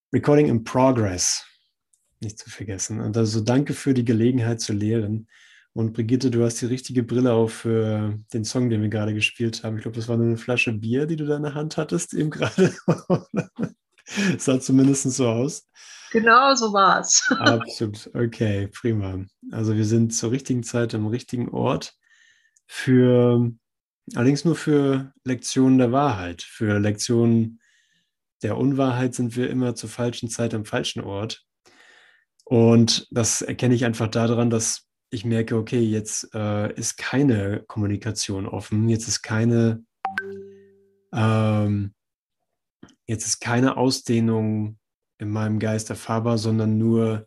Recording in Progress, nicht zu vergessen. Und also danke für die Gelegenheit zu lehren. Und Brigitte, du hast die richtige Brille auf für den Song, den wir gerade gespielt haben. Ich glaube, das war nur eine Flasche Bier, die du da in der Hand hattest, eben gerade. Sah zumindest so aus. Genau so war's. Absolut. Okay, prima. Also wir sind zur richtigen Zeit am richtigen Ort für, allerdings nur für Lektionen der Wahrheit. Für Lektionen der Unwahrheit sind wir immer zur falschen Zeit am falschen Ort. Und das erkenne ich einfach daran, dass ich merke, okay, jetzt ist keine Kommunikation offen, ähm, jetzt ist keine Ausdehnung in meinem Geist erfahrbar, sondern nur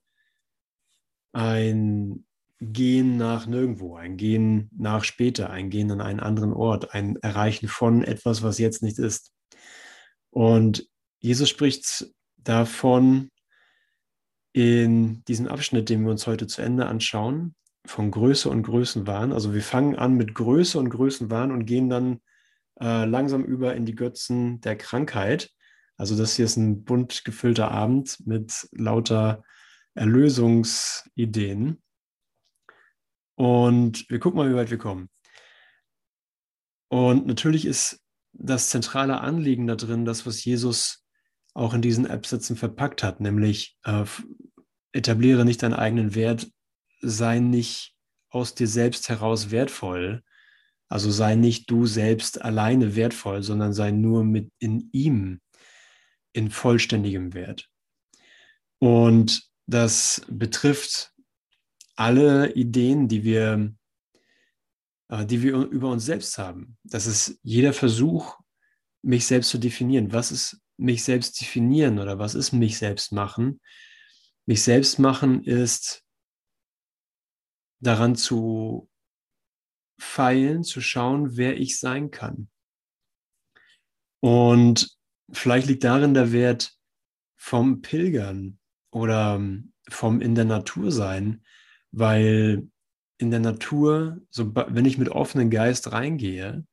ein Gehen nach nirgendwo, ein Gehen nach später, ein Gehen an einen anderen Ort, ein Erreichen von etwas, was jetzt nicht ist. Und Jesus spricht davon in diesem Abschnitt, den wir uns heute zu Ende anschauen, von Größe und Größenwahn. Also wir fangen an mit Größe und Größenwahn und gehen dann langsam über in die Götzen der Krankheit. Also das hier ist ein bunt gefüllter Abend mit lauter Erlösungsideen. Und wir gucken mal, wie weit wir kommen. Und natürlich ist das zentrale Anliegen da drin, das, was Jesus auch in diesen Absätzen verpackt hat, nämlich etabliere nicht deinen eigenen Wert, sei nicht aus dir selbst heraus wertvoll, also sei nicht du selbst alleine wertvoll, sondern sei nur mit in ihm in vollständigem Wert. Und das betrifft alle Ideen, die wir über uns selbst haben. Das ist jeder Versuch, mich selbst zu definieren. Was ist mich selbst definieren oder was ist mich selbst machen? Mich selbst machen ist daran zu feilen, zu schauen, wer ich sein kann. Und vielleicht liegt darin der Wert vom Pilgern oder vom in der Natur sein, weil in der Natur, so, wenn ich mit offenem Geist reingehe,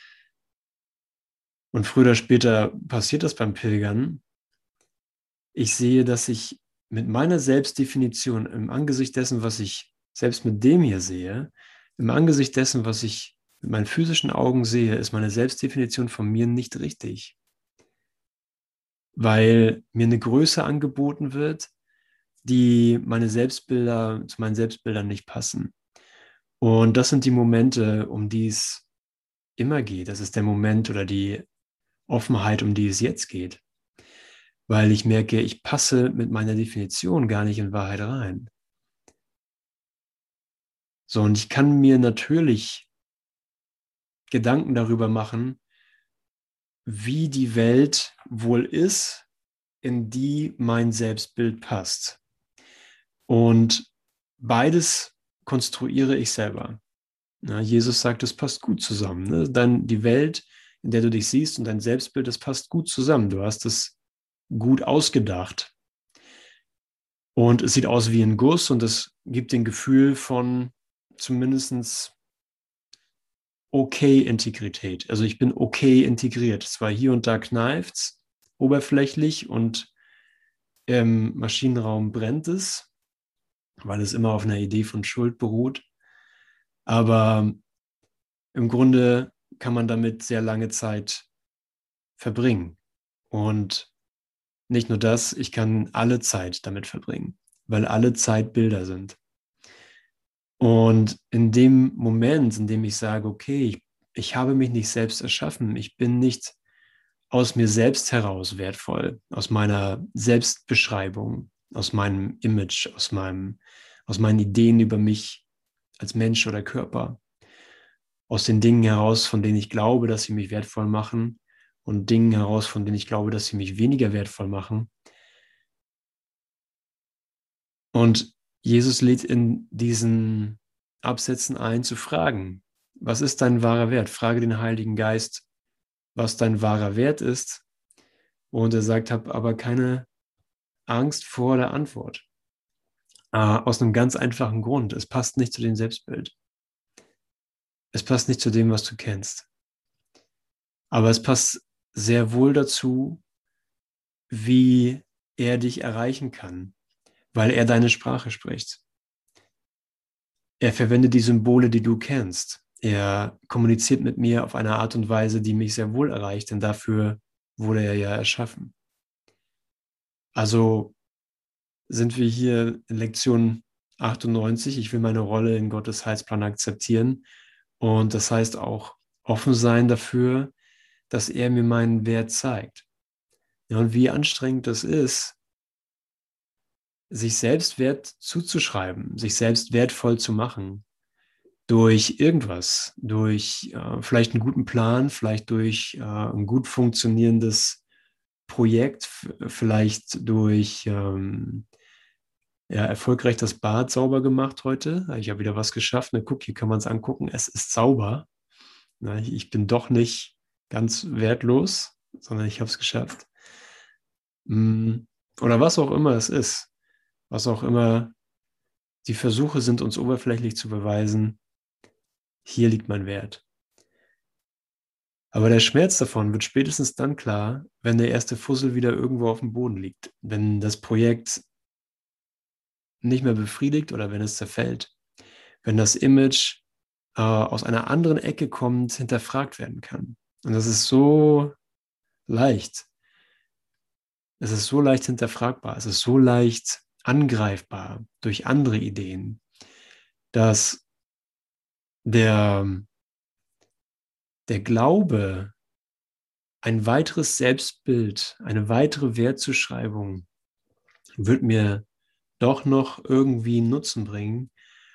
und früher oder später passiert das beim Pilgern, ich sehe, dass ich mit meiner Selbstdefinition im Angesicht dessen, was ich selbst mit dem hier sehe, im Angesicht dessen, was ich mit meinen physischen Augen sehe, ist meine Selbstdefinition von mir nicht richtig, weil mir eine Größe angeboten wird, die zu meinen Selbstbildern nicht passen. Und das sind die Momente, um die es immer geht. Das ist der Moment oder die Offenheit, um die es jetzt geht. Weil ich merke, ich passe mit meiner Definition gar nicht in Wahrheit rein. So, und ich kann mir natürlich Gedanken darüber machen, wie die Welt wohl ist, in die mein Selbstbild passt. Und beides konstruiere ich selber. Ja, Jesus sagt, es passt gut zusammen. Ne? Dann die Welt, in der du dich siehst und dein Selbstbild, das passt gut zusammen. Du hast es gut ausgedacht. Und es sieht aus wie ein Guss und es gibt den Gefühl von zumindest okay Integrität. Also ich bin okay integriert. Zwar hier und da kneift es oberflächlich und im Maschinenraum brennt es, weil es immer auf einer Idee von Schuld beruht. Aber im Grunde kann man damit sehr lange Zeit verbringen. Und nicht nur das, ich kann alle Zeit damit verbringen, weil alle Zeit Bilder sind. Und in dem Moment, in dem ich sage, okay, ich habe mich nicht selbst erschaffen, ich bin nicht aus mir selbst heraus wertvoll, aus meiner Selbstbeschreibung, aus meinem Image, aus meinen Ideen über mich als Mensch oder Körper, aus den Dingen heraus, von denen ich glaube, dass sie mich wertvoll machen und Dingen heraus, von denen ich glaube, dass sie mich weniger wertvoll machen. Und Jesus lädt in diesen Absätzen ein, zu fragen, was ist dein wahrer Wert? Frage den Heiligen Geist, was dein wahrer Wert ist. Und er sagt, hab aber keine Angst vor der Antwort. Aus einem ganz einfachen Grund. Es passt nicht zu dem Selbstbild. Es passt nicht zu dem, was du kennst. Aber es passt sehr wohl dazu, wie er dich erreichen kann, weil er deine Sprache spricht. Er verwendet die Symbole, die du kennst. Er kommuniziert mit mir auf eine Art und Weise, die mich sehr wohl erreicht, denn dafür wurde er ja erschaffen. Also sind wir hier in Lektion 98. Ich will meine Rolle in Gottes Heilsplan akzeptieren. Und das heißt auch offen sein dafür, dass er mir meinen Wert zeigt. Ja, und wie anstrengend das ist, sich selbst Wert zuzuschreiben, sich selbst wertvoll zu machen, durch irgendwas, durch vielleicht einen guten Plan, vielleicht durch ein gut funktionierendes Projekt, vielleicht durch erfolgreich das Bad sauber gemacht heute. Ich habe wieder was geschafft. Ne, guck, hier kann man es angucken. Es ist sauber. Na, ich bin doch nicht ganz wertlos, sondern ich habe es geschafft. Oder was auch immer es ist, was auch immer die Versuche sind, uns oberflächlich zu beweisen, hier liegt mein Wert. Aber der Schmerz davon wird spätestens dann klar, wenn der erste Fussel wieder irgendwo auf dem Boden liegt, wenn das Projekt nicht mehr befriedigt oder wenn es zerfällt, wenn das Image aus einer anderen Ecke kommt, hinterfragt werden kann. Und das ist so leicht. Es ist so leicht hinterfragbar. Es ist so leicht angreifbar durch andere Ideen, dass der Glaube, ein weiteres Selbstbild, eine weitere Wertzuschreibung wird mir doch noch irgendwie einen Nutzen bringen,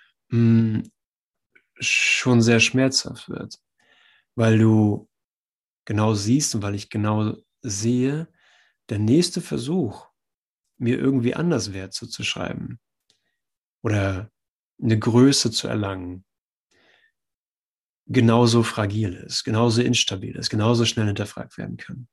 schon sehr schmerzhaft wird, weil du genau siehst und weil ich genau sehe, der nächste Versuch, mir irgendwie anders Wert zuzuschreiben oder eine Größe zu erlangen, genauso fragil ist, genauso instabil ist, genauso schnell hinterfragt werden kann.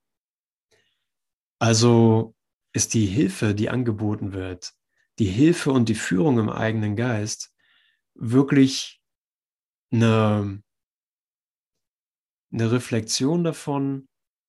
Also ist die Hilfe, die angeboten wird, die Hilfe und die Führung im eigenen Geist wirklich eine Reflexion davon,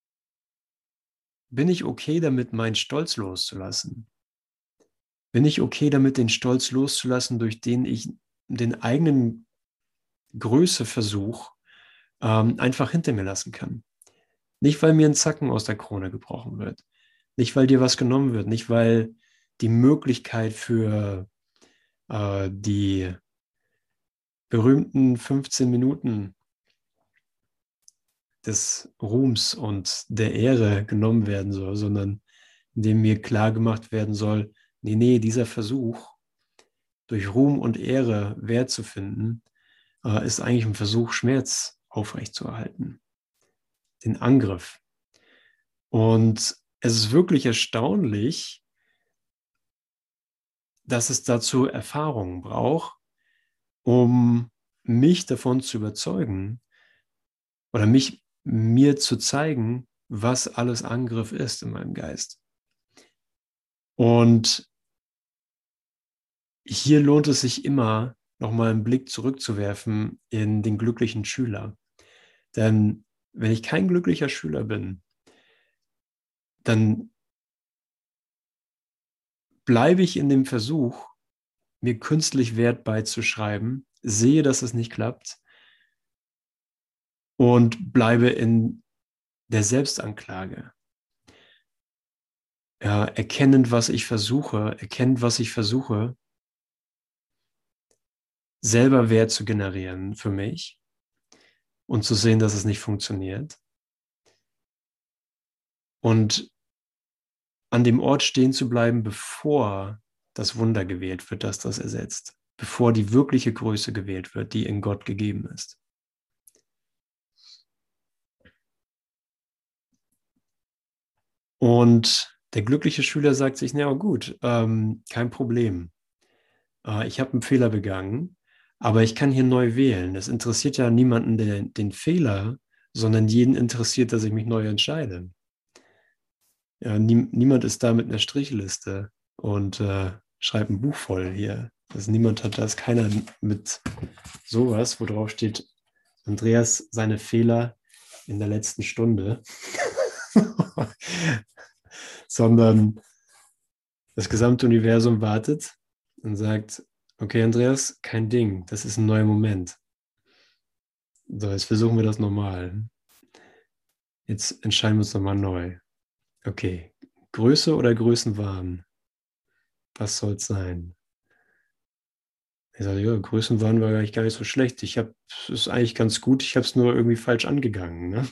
bin ich okay damit, meinen Stolz loszulassen? Bin ich okay damit, den Stolz loszulassen, durch den ich den eigenen Größeversuch einfach hinter mir lassen kann? Nicht, weil mir ein Zacken aus der Krone gebrochen wird, nicht, weil dir was genommen wird, nicht, weil die Möglichkeit für die berühmten 15 Minuten des Ruhms und der Ehre genommen werden soll, sondern indem mir klar gemacht werden soll, nee, dieser Versuch, durch Ruhm und Ehre Wert zu finden, ist eigentlich ein Versuch, Schmerz aufrechtzuerhalten, den Angriff. Und es ist wirklich erstaunlich, dass es dazu Erfahrungen braucht, um mich davon zu überzeugen oder mir zu zeigen, was alles Angriff ist in meinem Geist. Und hier lohnt es sich immer, nochmal einen Blick zurückzuwerfen in den glücklichen Schüler. Denn wenn ich kein glücklicher Schüler bin, dann bleibe ich in dem Versuch, mir künstlich Wert beizuschreiben, sehe, dass es nicht klappt und bleibe in der Selbstanklage. Ja, erkennend, was ich versuche, selber Wert zu generieren für mich und zu sehen, dass es nicht funktioniert. Und an dem Ort stehen zu bleiben, bevor das Wunder gewählt wird, das ersetzt, bevor die wirkliche Größe gewählt wird, die in Gott gegeben ist. Und der glückliche Schüler sagt sich, na gut, kein Problem. Ich habe einen Fehler begangen, aber ich kann hier neu wählen. Es interessiert ja niemanden den Fehler, sondern jeden interessiert, dass ich mich neu entscheide. Ja, niemand ist da mit einer Strichliste und schreibt ein Buch voll hier. Also niemand hat das, keiner mit sowas, wo drauf steht, Andreas seine Fehler in der letzten Stunde, sondern Das gesamte Universum wartet und sagt, okay, Andreas, kein Ding, das ist ein neuer Moment. So, jetzt versuchen wir das nochmal. Jetzt entscheiden wir uns nochmal neu. Okay, Größe oder Größenwahn? Was soll es sein? Ich sage, ja, Größenwahn war eigentlich gar nicht so schlecht. Es ist eigentlich ganz gut, ich habe es nur irgendwie falsch angegangen. Ne?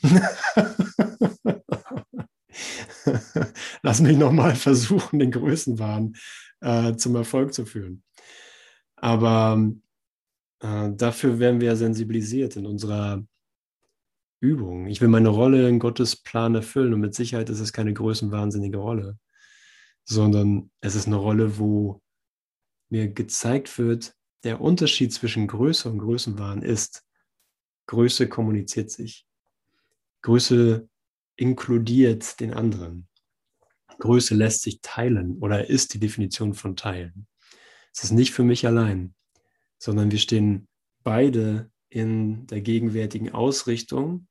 Lass mich nochmal versuchen, den Größenwahn zum Erfolg zu führen. Aber dafür werden wir ja sensibilisiert in unserer Übung. Ich will meine Rolle in Gottes Plan erfüllen und mit Sicherheit ist es keine größenwahnsinnige Rolle, sondern es ist eine Rolle, wo mir gezeigt wird, der Unterschied zwischen Größe und Größenwahn ist, Größe kommuniziert sich. Größe inkludiert den anderen. Größe lässt sich teilen oder ist die Definition von teilen. Es ist nicht für mich allein, sondern wir stehen beide in der gegenwärtigen Ausrichtung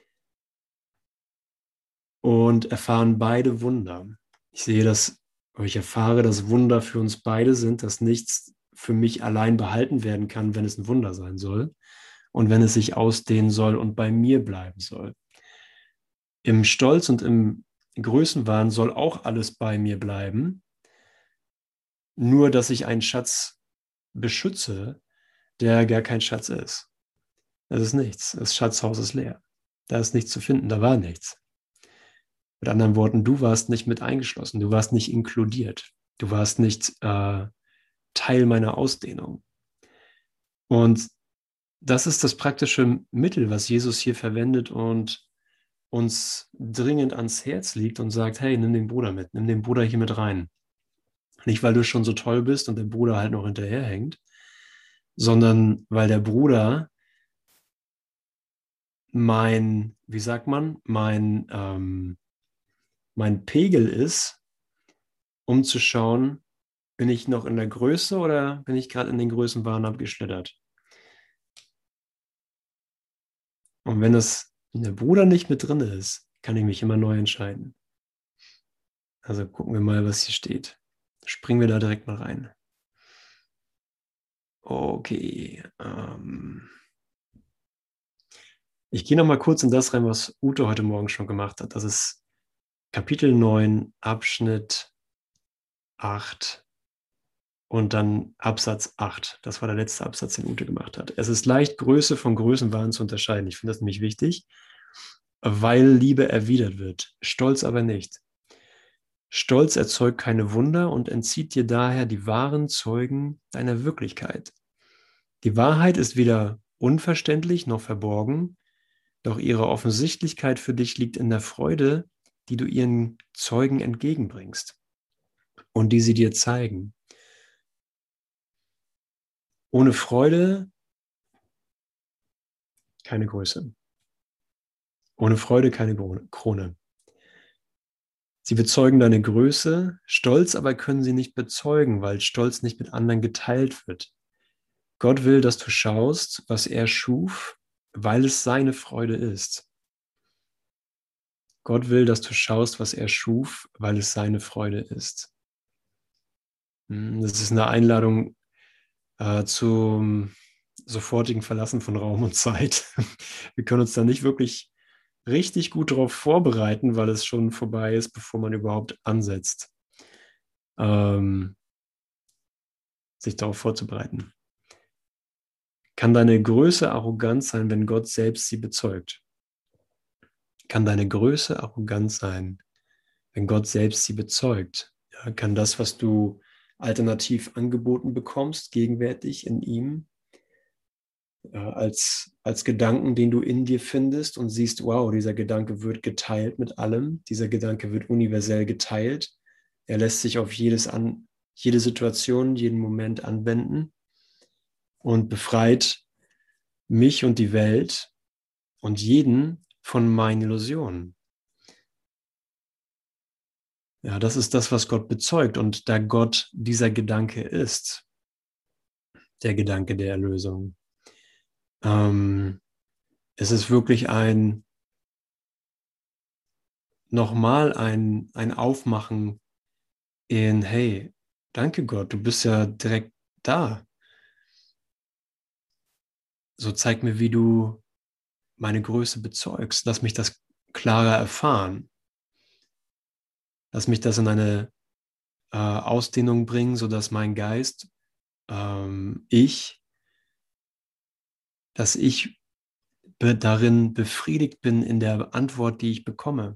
und erfahren beide Wunder. Ich sehe das, ich erfahre, dass Wunder für uns beide sind, dass nichts für mich allein behalten werden kann, wenn es ein Wunder sein soll und wenn es sich ausdehnen soll und bei mir bleiben soll. Im Stolz und im Größenwahn soll auch alles bei mir bleiben, nur dass ich einen Schatz beschütze, der gar kein Schatz ist. Das ist nichts. Das Schatzhaus ist leer. Da ist nichts zu finden, da war nichts. Mit anderen Worten, du warst nicht mit eingeschlossen, du warst nicht inkludiert, du warst nicht Teil meiner Ausdehnung. Und das ist das praktische Mittel, was Jesus hier verwendet und uns dringend ans Herz liegt und sagt, hey, nimm den Bruder mit, nimm den Bruder hier mit rein. Nicht, weil du schon so toll bist und der Bruder halt noch hinterherhängt, sondern weil der Bruder wie sagt man, mein Pegel ist, um zu schauen, bin ich noch in der Größe oder bin ich gerade in den Größenwahn abgeschlittert? Und wenn der Bruder nicht mit drin ist, kann ich mich immer neu entscheiden. Also gucken wir mal, was hier steht. Springen wir da direkt mal rein. Okay. Ich gehe noch mal kurz in das rein, was Ute heute Morgen schon gemacht hat. Das ist Kapitel 9, Abschnitt 8 und dann Absatz 8. Das war der letzte Absatz, den Ute gemacht hat. Es ist leicht, Größe von Größenwahn zu unterscheiden. Ich finde das nämlich wichtig, weil Liebe erwidert wird, Stolz aber nicht. Stolz erzeugt keine Wunder und entzieht dir daher die wahren Zeugen deiner Wirklichkeit. Die Wahrheit ist weder unverständlich noch verborgen, doch ihre Offensichtlichkeit für dich liegt in der Freude, die du ihren Zeugen entgegenbringst und die sie dir zeigen. Ohne Freude keine Größe. Ohne Freude keine Krone. Sie bezeugen deine Größe, Stolz aber können sie nicht bezeugen, weil Stolz nicht mit anderen geteilt wird. Gott will, dass du schaust, was er schuf, weil es seine Freude ist. Gott will, dass du schaust, was er schuf, weil es seine Freude ist. Das ist eine Einladung zum sofortigen Verlassen von Raum und Zeit. Wir können uns da nicht wirklich richtig gut darauf vorbereiten, weil es schon vorbei ist, bevor man überhaupt ansetzt, sich darauf vorzubereiten. Kann deine Größe arrogant sein, wenn Gott selbst sie bezeugt? Kann deine Größe arrogant sein, wenn Gott selbst sie bezeugt? Ja, kann das, was du alternativ angeboten bekommst, gegenwärtig in ihm, als Gedanken, den du in dir findest und siehst, wow, dieser Gedanke wird geteilt mit allem, dieser Gedanke wird universell geteilt, er lässt sich auf jede Situation, jeden Moment anwenden und befreit mich und die Welt und jeden von meinen Illusionen. Ja, das ist das, was Gott bezeugt. Und da Gott dieser Gedanke ist, der Gedanke der Erlösung, es ist wirklich nochmal ein Aufmachen in, hey, danke Gott, du bist ja direkt da. So zeig mir, wie du meine Größe bezeugst. Lass mich das klarer erfahren. Lass mich das in eine Ausdehnung bringen, sodass mein Geist, dass ich darin befriedigt bin in der Antwort, die ich bekomme.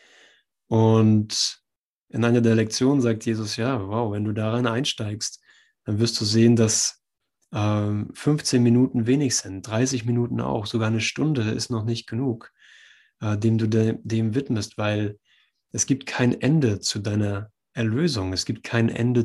Und in einer der Lektionen sagt Jesus, ja, wow, wenn du daran einsteigst, dann wirst du sehen, dass 15 Minuten wenig sind, 30 Minuten auch, sogar eine Stunde ist noch nicht genug, dem du dem widmest, weil es gibt kein Ende zu deiner Erlösung, es gibt kein Ende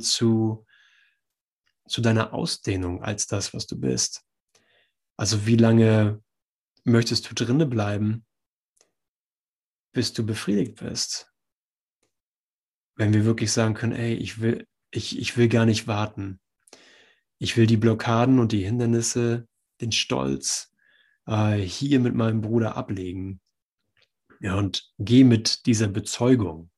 zu deiner Ausdehnung als das, was du bist. Also wie lange möchtest du drinne bleiben, bis du befriedigt bist? Wenn wir wirklich sagen können, ey, ich will gar nicht warten. Ich will die Blockaden und die Hindernisse, den Stolz hier mit meinem Bruder ablegen. Ja, und geh mit dieser Bezeugung.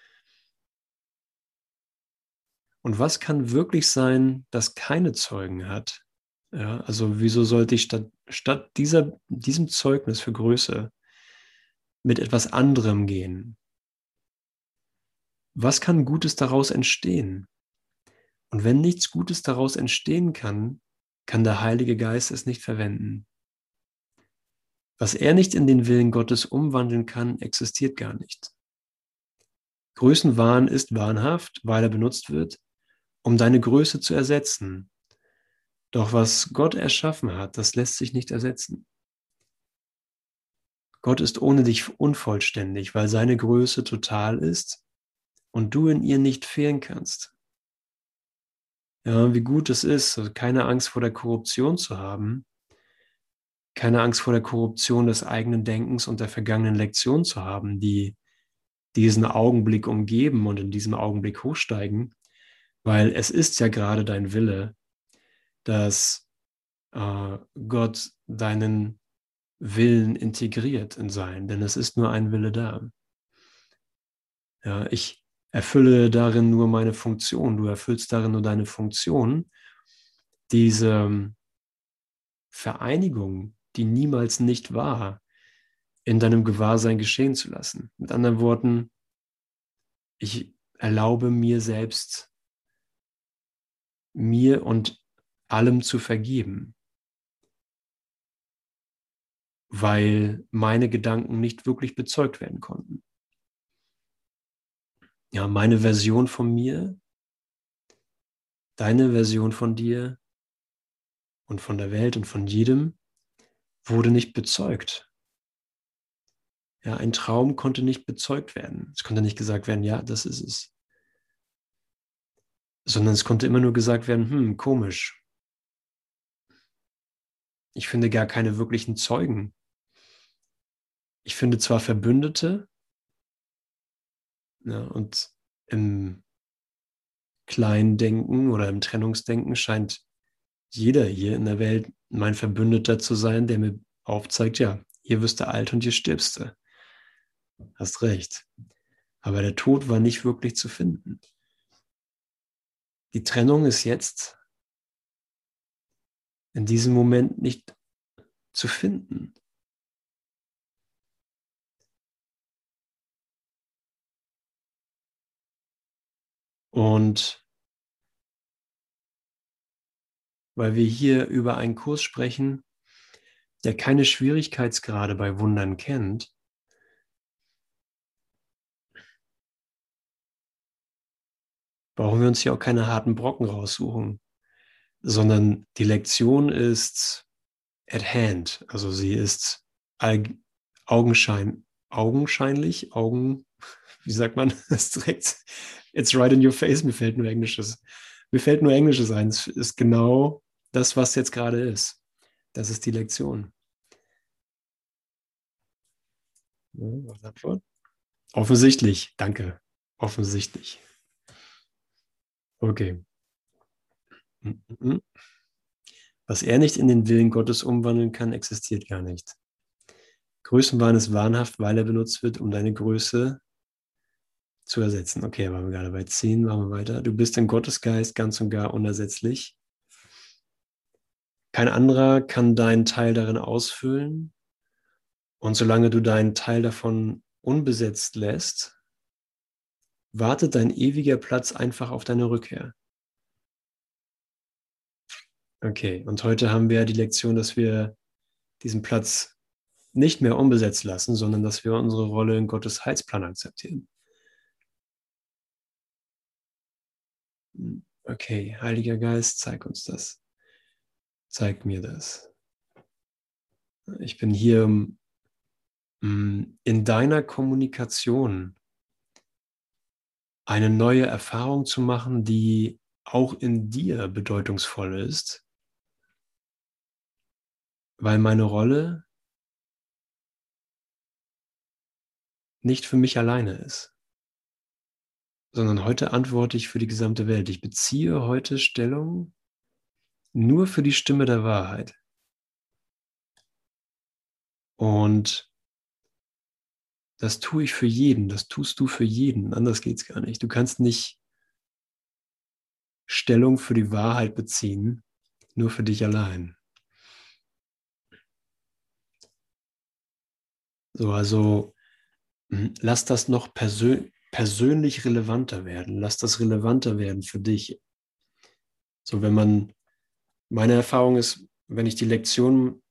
Und was kann wirklich sein, das keine Zeugen hat? Ja, also wieso sollte ich statt diesem Zeugnis für Größe mit etwas anderem gehen? Was kann Gutes daraus entstehen? Und wenn nichts Gutes daraus entstehen kann, kann der Heilige Geist es nicht verwenden. Was er nicht in den Willen Gottes umwandeln kann, existiert gar nicht. Größenwahn ist wahnhaft, weil er benutzt wird, um deine Größe zu ersetzen. Doch was Gott erschaffen hat, das lässt sich nicht ersetzen. Gott ist ohne dich unvollständig, weil seine Größe total ist und du in ihr nicht fehlen kannst. Ja, wie gut es ist, also keine Angst vor der Korruption zu haben, keine Angst vor der Korruption des eigenen Denkens und der vergangenen Lektion zu haben, die diesen Augenblick umgeben und in diesem Augenblick hochsteigen, weil es ist ja gerade dein Wille, dass Gott deinen Willen integriert in sein, denn es ist nur ein Wille da. Ja, ich erfülle darin nur meine Funktion, du erfüllst darin nur deine Funktion, diese Vereinigung, die niemals nicht war, in deinem Gewahrsein geschehen zu lassen. Mit anderen Worten, ich erlaube mir selbst, mir und allem zu vergeben, weil meine Gedanken nicht wirklich bezeugt werden konnten. Ja, meine Version von mir, deine Version von dir und von der Welt und von jedem wurde nicht bezeugt. Ja, ein Traum konnte nicht bezeugt werden. Es konnte nicht gesagt werden, ja, das ist es. Sondern es konnte immer nur gesagt werden, komisch. Ich finde gar keine wirklichen Zeugen. Ich finde zwar Verbündete, ja, und im kleinen Denken oder im Trennungsdenken scheint jeder hier in der Welt mein Verbündeter zu sein, der mir aufzeigt, ja, hier wirst du alt und hier stirbst du. Hast recht. Aber der Tod war nicht wirklich zu finden. Die Trennung ist jetzt in diesem Moment nicht zu finden. Und weil wir hier über einen Kurs sprechen, der keine Schwierigkeitsgrade bei Wundern kennt, brauchen wir uns hier auch keine harten Brocken raussuchen, sondern die Lektion ist at hand, also sie ist augenscheinlich, wie sagt man das direkt? It's right in your face, mir fällt nur Englisches ein. Es ist genau das, was jetzt gerade ist. Das ist die Lektion. Ja, was Antwort? Offensichtlich, danke. Offensichtlich. Okay. Was er nicht in den Willen Gottes umwandeln kann, existiert gar nicht. Größenwahn ist wahnhaft, weil er benutzt wird, um deine Größe zu ersetzen. Okay, waren wir gerade bei 10, machen wir weiter. Du bist in Gottes Geist ganz und gar unersetzlich. Kein anderer kann deinen Teil darin ausfüllen. Und solange du deinen Teil davon unbesetzt lässt, wartet dein ewiger Platz einfach auf deine Rückkehr. Okay, und heute haben wir ja die Lektion, dass wir diesen Platz nicht mehr unbesetzt lassen, sondern dass wir unsere Rolle in Gottes Heilsplan akzeptieren. Okay, Heiliger Geist, zeig uns das. Zeig mir das. Ich bin hier, um in deiner Kommunikation eine neue Erfahrung zu machen, die auch in dir bedeutungsvoll ist, weil meine Rolle nicht für mich alleine ist, sondern heute antworte ich für die gesamte Welt. Ich beziehe heute Stellung nur für die Stimme der Wahrheit. Und das tue ich für jeden, das tust du für jeden, anders geht es gar nicht. Du kannst nicht Stellung für die Wahrheit beziehen, nur für dich allein. So, also lass das noch persönlich relevanter werden. Lass das relevanter werden für dich. So, meine Erfahrung ist, wenn ich die Lektion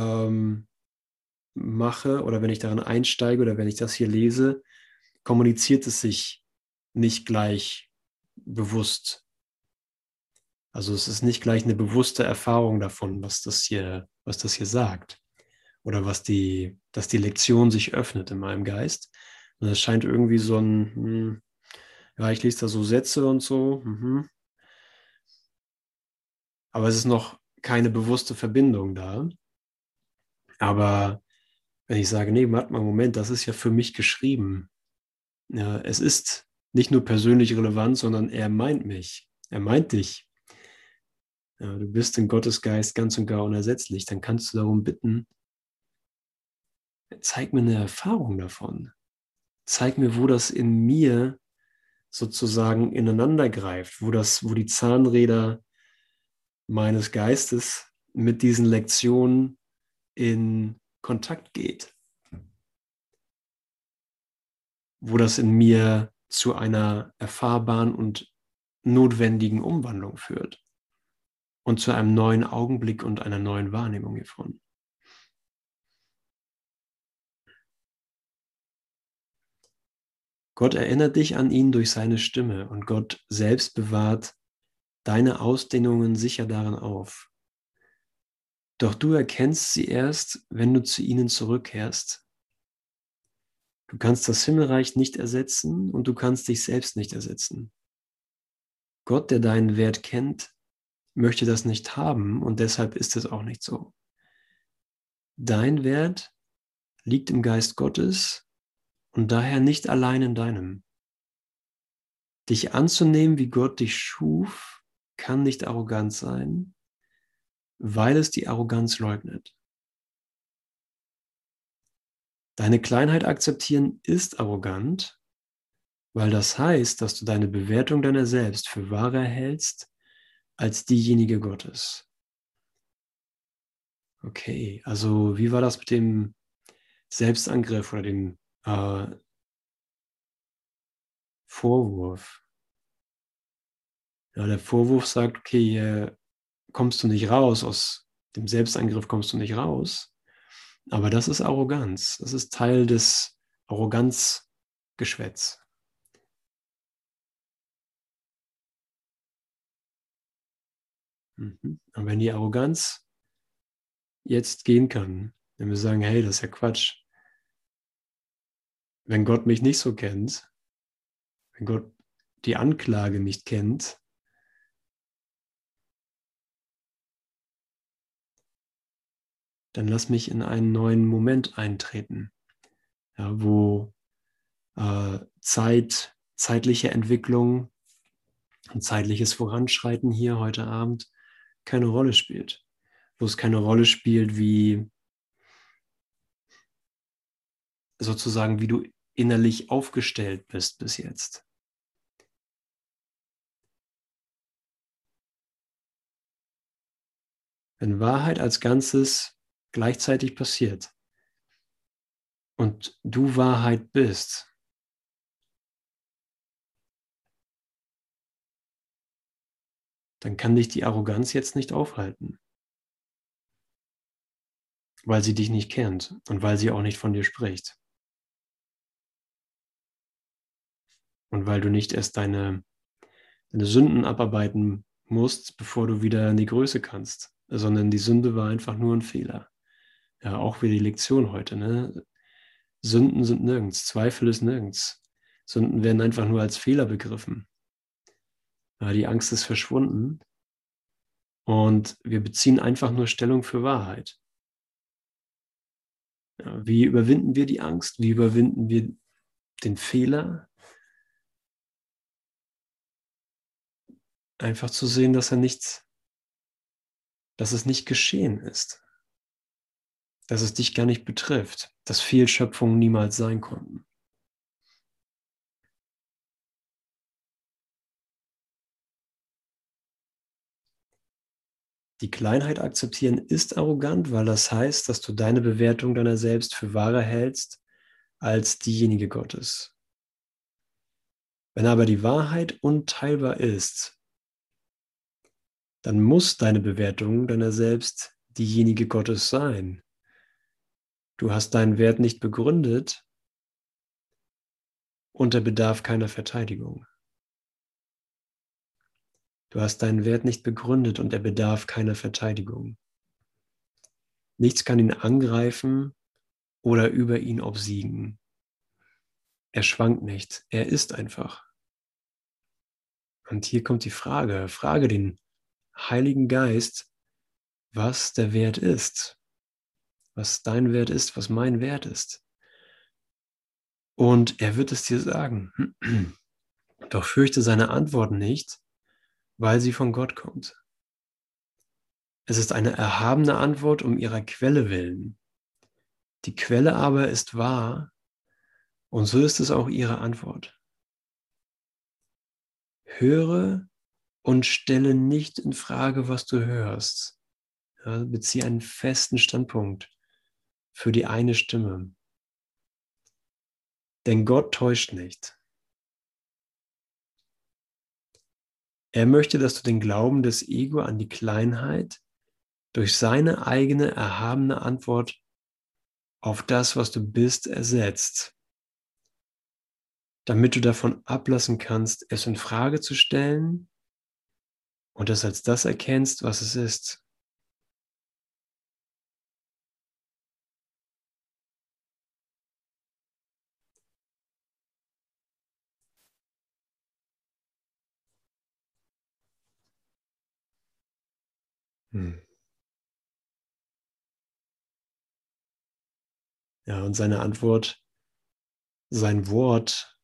mache oder wenn ich darin einsteige oder wenn ich das hier lese, kommuniziert es sich nicht gleich bewusst. Also es ist nicht gleich eine bewusste Erfahrung davon, was das hier sagt. Oder dass die Lektion sich öffnet in meinem Geist. Und es scheint irgendwie so ja, ich lese da so Sätze und so, aber es ist noch keine bewusste Verbindung da. Aber wenn ich sage, nee, warte mal, Moment, das ist ja für mich geschrieben. Ja, es ist nicht nur persönlich relevant, sondern er meint mich. Er meint dich. Ja, du bist in Gottes Geist ganz und gar unersetzlich. Dann kannst du darum bitten, zeig mir eine Erfahrung davon. Zeig mir, wo das in mir sozusagen ineinander greift, wo die Zahnräder meines Geistes mit diesen Lektionen in Kontakt geht. Wo das in mir zu einer erfahrbaren und notwendigen Umwandlung führt. Und zu einem neuen Augenblick und einer neuen Wahrnehmung hiervon. Gott erinnert dich an ihn durch seine Stimme und Gott selbst bewahrt deine Ausdehnungen sicher darin auf. Doch du erkennst sie erst, wenn du zu ihnen zurückkehrst. Du kannst das Himmelreich nicht ersetzen und du kannst dich selbst nicht ersetzen. Gott, der deinen Wert kennt, möchte das nicht haben und deshalb ist es auch nicht so. Dein Wert liegt im Geist Gottes und daher nicht allein in deinem. Dich anzunehmen, wie Gott dich schuf, kann nicht arrogant sein, weil es die Arroganz leugnet. Deine Kleinheit akzeptieren ist arrogant, weil das heißt, dass du deine Bewertung deiner selbst für wahrer hältst als diejenige Gottes. Okay, also wie war das mit dem Selbstangriff oder dem Vorwurf? Ja, der Vorwurf sagt, okay, kommst du nicht raus, aus dem Selbstangriff kommst du nicht raus. Aber das ist Arroganz. Das ist Teil des Arroganzgeschwätz. Und wenn die Arroganz jetzt gehen kann, wenn wir sagen, hey, das ist ja Quatsch. Wenn Gott mich nicht so kennt, wenn Gott die Anklage nicht kennt, dann lass mich in einen neuen Moment eintreten, ja, wo zeitliche Entwicklung und zeitliches Voranschreiten hier heute Abend keine Rolle spielt. Wo es keine Rolle spielt, wie sozusagen, wie du innerlich aufgestellt bist bis jetzt. Wenn Wahrheit als Ganzes gleichzeitig passiert und du Wahrheit bist, dann kann dich die Arroganz jetzt nicht aufhalten, weil sie dich nicht kennt und weil sie auch nicht von dir spricht. Und weil du nicht erst deine Sünden abarbeiten musst, bevor du wieder in die Größe kannst, sondern die Sünde war einfach nur ein Fehler. Ja, auch wie die Lektion heute, ne? Sünden sind nirgends, Zweifel ist nirgends. Sünden werden einfach nur als Fehler begriffen. Ja, die Angst ist verschwunden und wir beziehen einfach nur Stellung für Wahrheit. Ja, wie überwinden wir die Angst? Wie überwinden wir den Fehler? Einfach zu sehen, dass es nicht geschehen ist, dass es dich gar nicht betrifft, dass Fehlschöpfungen niemals sein konnten. Die Kleinheit akzeptieren ist arrogant, weil das heißt, dass du deine Bewertung deiner selbst für wahrer hältst als diejenige Gottes. Wenn aber die Wahrheit unteilbar ist, dann muss deine Bewertung deiner selbst diejenige Gottes sein. Du hast deinen Wert nicht begründet und er bedarf keiner Verteidigung. Du hast deinen Wert nicht begründet und er bedarf keiner Verteidigung. Nichts kann ihn angreifen oder über ihn obsiegen. Er schwankt nicht, er ist einfach. Und hier kommt die Frage, frage den Heiligen Geist, was der Wert ist, was dein Wert ist, was mein Wert ist. Und er wird es dir sagen. Doch fürchte seine Antwort nicht, weil sie von Gott kommt. Es ist eine erhabene Antwort um ihrer Quelle willen. Die Quelle aber ist wahr und so ist es auch ihre Antwort. Höre und stelle nicht in Frage, was du hörst. Ja, beziehe einen festen Standpunkt für die eine Stimme. Denn Gott täuscht nicht. Er möchte, dass du den Glauben des Ego an die Kleinheit durch seine eigene erhabene Antwort auf das, was du bist, ersetzt, damit du davon ablassen kannst, es in Frage zu stellen und es als das erkennst, was es ist. Ja, und seine Antwort, sein Wort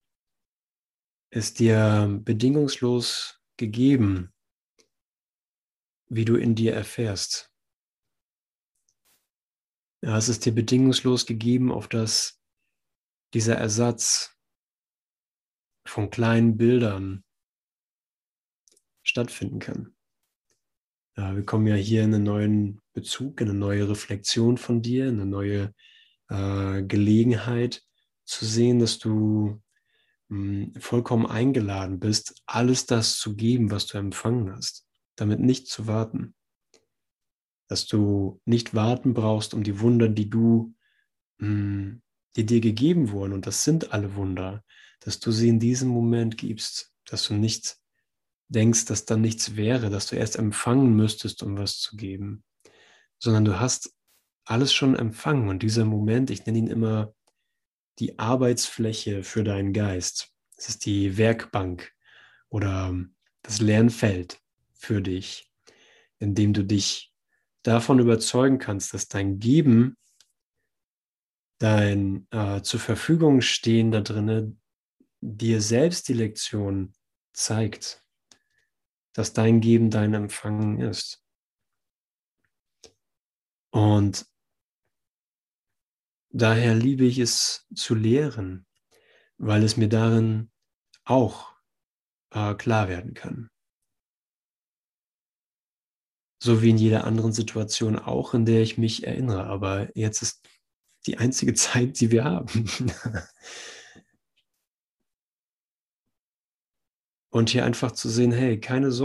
ist dir bedingungslos gegeben, wie du in dir erfährst. Ja, es ist dir bedingungslos gegeben, auf dass dieser Ersatz von kleinen Bildern stattfinden kann. Ja, wir kommen ja hier in einen neuen Bezug, in eine neue Reflexion von dir, in eine neue Gelegenheit zu sehen, dass du vollkommen eingeladen bist, alles das zu geben, was du empfangen hast, damit nicht zu warten. Dass du nicht warten brauchst, um die Wunder, die dir gegeben wurden, und das sind alle Wunder, dass du sie in diesem Moment gibst, dass du nicht denkst, dass da nichts wäre, dass du erst empfangen müsstest, um was zu geben, sondern du hast alles schon empfangen und dieser Moment, ich nenne ihn immer die Arbeitsfläche für deinen Geist. Es ist die Werkbank oder das Lernfeld für dich, in dem du dich davon überzeugen kannst, dass dein Geben, dein zur Verfügung stehen da drinne, dir selbst die Lektion zeigt, dass dein Geben dein Empfangen ist. Und Daher liebe ich es zu lehren, weil es mir darin auch klar werden kann. So wie in jeder anderen Situation auch, in der ich mich erinnere. Aber jetzt ist die einzige Zeit, die wir haben. Und hier einfach zu sehen, hey,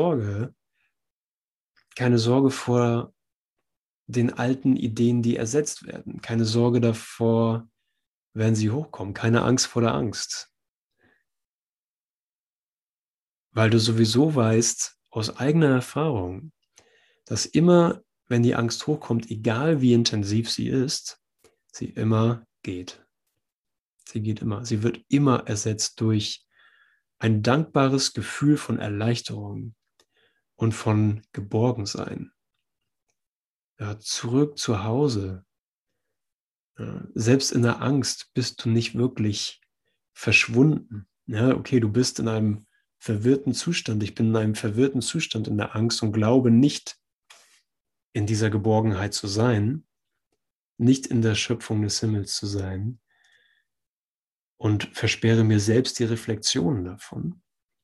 keine Sorge vor den alten Ideen, die ersetzt werden. Keine Sorge davor, wenn sie hochkommen. Keine Angst vor der Angst. Weil du sowieso weißt, aus eigener Erfahrung, dass immer, wenn die Angst hochkommt, egal wie intensiv sie ist, sie immer geht. Sie geht immer. Sie wird immer ersetzt durch ein dankbares Gefühl von Erleichterung und von Geborgensein. Ja, zurück zu Hause. Ja, selbst in der Angst bist du nicht wirklich verschwunden. Ja, okay, du bist in einem verwirrten Zustand. Ich bin in einem verwirrten Zustand in der Angst und glaube nicht in dieser Geborgenheit zu sein, nicht in der Schöpfung des Himmels zu sein und versperre mir selbst die Reflexion davon.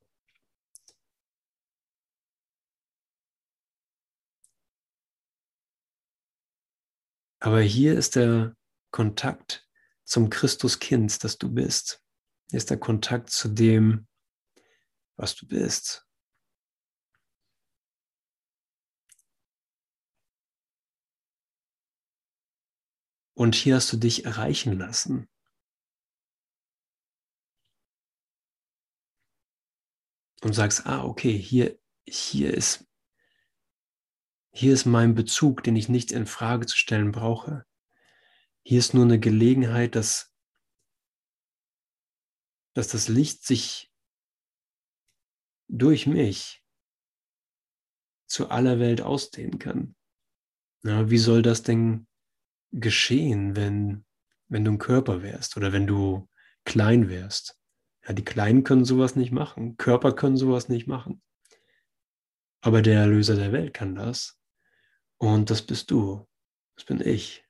Aber hier ist der Kontakt zum Christuskind, das du bist. Hier ist der Kontakt zu dem, was du bist. Und hier hast du dich erreichen lassen. Und sagst, okay, hier ist mein Bezug, den ich nicht in Frage zu stellen brauche. Hier ist nur eine Gelegenheit, dass das Licht sich durch mich zu aller Welt ausdehnen kann. Ja, wie soll das denn geschehen, wenn du ein Körper wärst oder wenn du klein wärst? Ja, die Kleinen können sowas nicht machen. Körper können sowas nicht machen. Aber der Erlöser der Welt kann das. Und das bist du. Das bin ich.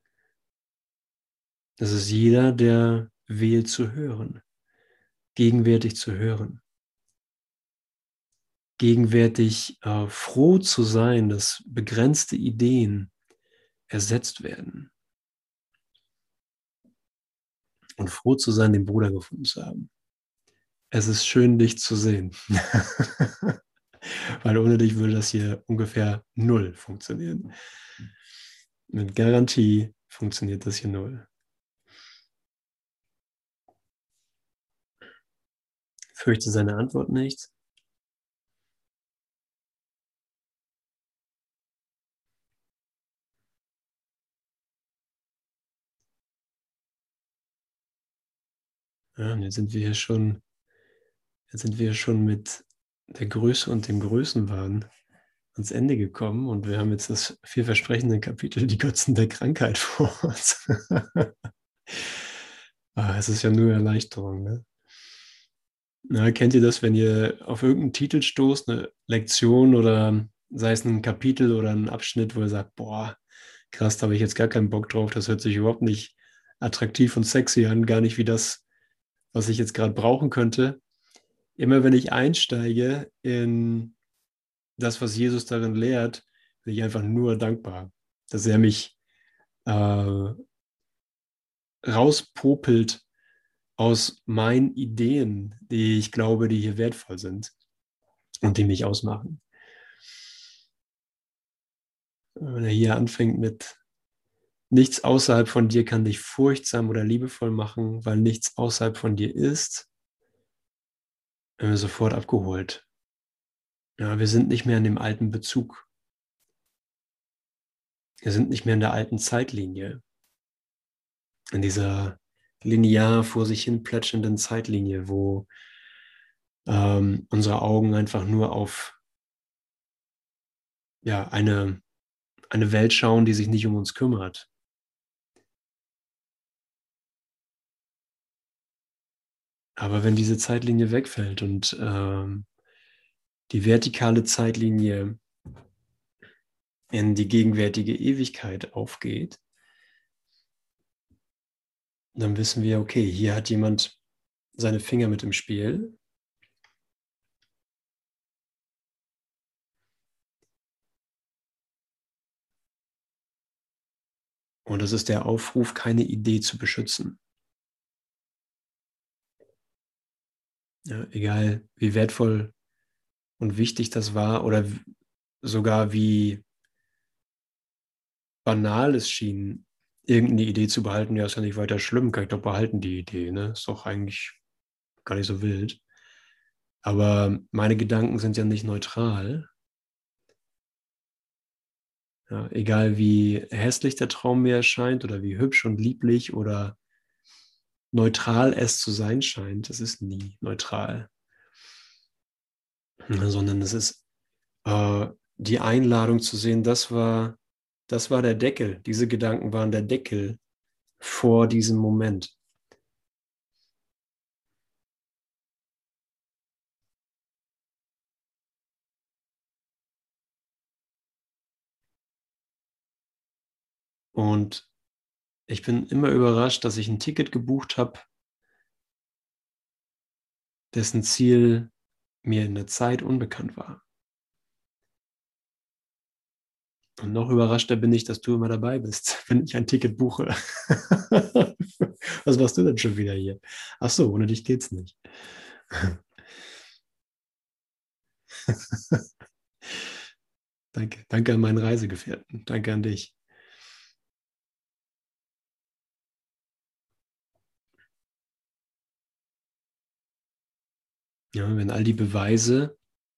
Das ist jeder, der wählt zu hören. Gegenwärtig zu hören. Gegenwärtig froh zu sein, dass begrenzte Ideen ersetzt werden. Und froh zu sein, den Bruder gefunden zu haben. Es ist schön, dich zu sehen. Weil ohne dich würde das hier ungefähr null funktionieren. Mit Garantie funktioniert das hier null. Fürchte seine Antwort nicht. Ja, und jetzt sind wir hier schon mit der Größe und dem Größenwahn ans Ende gekommen und wir haben jetzt das vielversprechende Kapitel, die Götzen der Krankheit vor uns. Es ist ja nur Erleichterung, ne? Na, kennt ihr das, wenn ihr auf irgendeinen Titel stoßt, eine Lektion oder sei es ein Kapitel oder ein Abschnitt, wo ihr sagt, boah, krass, da habe ich jetzt gar keinen Bock drauf, das hört sich überhaupt nicht attraktiv und sexy an, gar nicht wie das, was ich jetzt gerade brauchen könnte. Immer wenn ich einsteige in das, was Jesus darin lehrt, bin ich einfach nur dankbar, dass er mich rauspopelt aus meinen Ideen, die ich glaube, die hier wertvoll sind und die mich ausmachen. Wenn er hier anfängt mit nichts außerhalb von dir kann dich furchtsam oder liebevoll machen, weil nichts außerhalb von dir ist, werden wir sofort abgeholt. Ja, wir sind nicht mehr in dem alten Bezug. Wir sind nicht mehr in der alten Zeitlinie, in dieser linear vor sich hin plätschenden Zeitlinie, wo unsere Augen einfach nur auf ja, eine Welt schauen, die sich nicht um uns kümmert. Aber wenn diese Zeitlinie wegfällt und die vertikale Zeitlinie in die gegenwärtige Ewigkeit aufgeht, dann wissen wir, okay, hier hat jemand seine Finger mit im Spiel. Und das ist der Aufruf, keine Idee zu beschützen. Ja, egal, wie wertvoll und wichtig das war oder sogar wie banal es schien, irgendeine Idee zu behalten, ja, ist ja nicht weiter schlimm, kann ich doch behalten, die Idee, ne? Ist doch eigentlich gar nicht so wild. Aber meine Gedanken sind ja nicht neutral. Ja, egal wie hässlich der Traum mir erscheint oder wie hübsch und lieblich oder neutral es zu sein scheint, es ist nie neutral. Ja, sondern es ist die Einladung zu sehen, das war der Deckel. Diese Gedanken waren der Deckel vor diesem Moment. Und ich bin immer überrascht, dass ich ein Ticket gebucht habe, dessen Ziel mir in der Zeit unbekannt war. Und noch überraschter bin ich, dass du immer dabei bist, wenn ich ein Ticket buche. Was machst du denn schon wieder hier? Ach so, ohne dich geht's nicht. Danke. Danke an meinen Reisegefährten. Danke an dich. Ja, wenn all die Beweise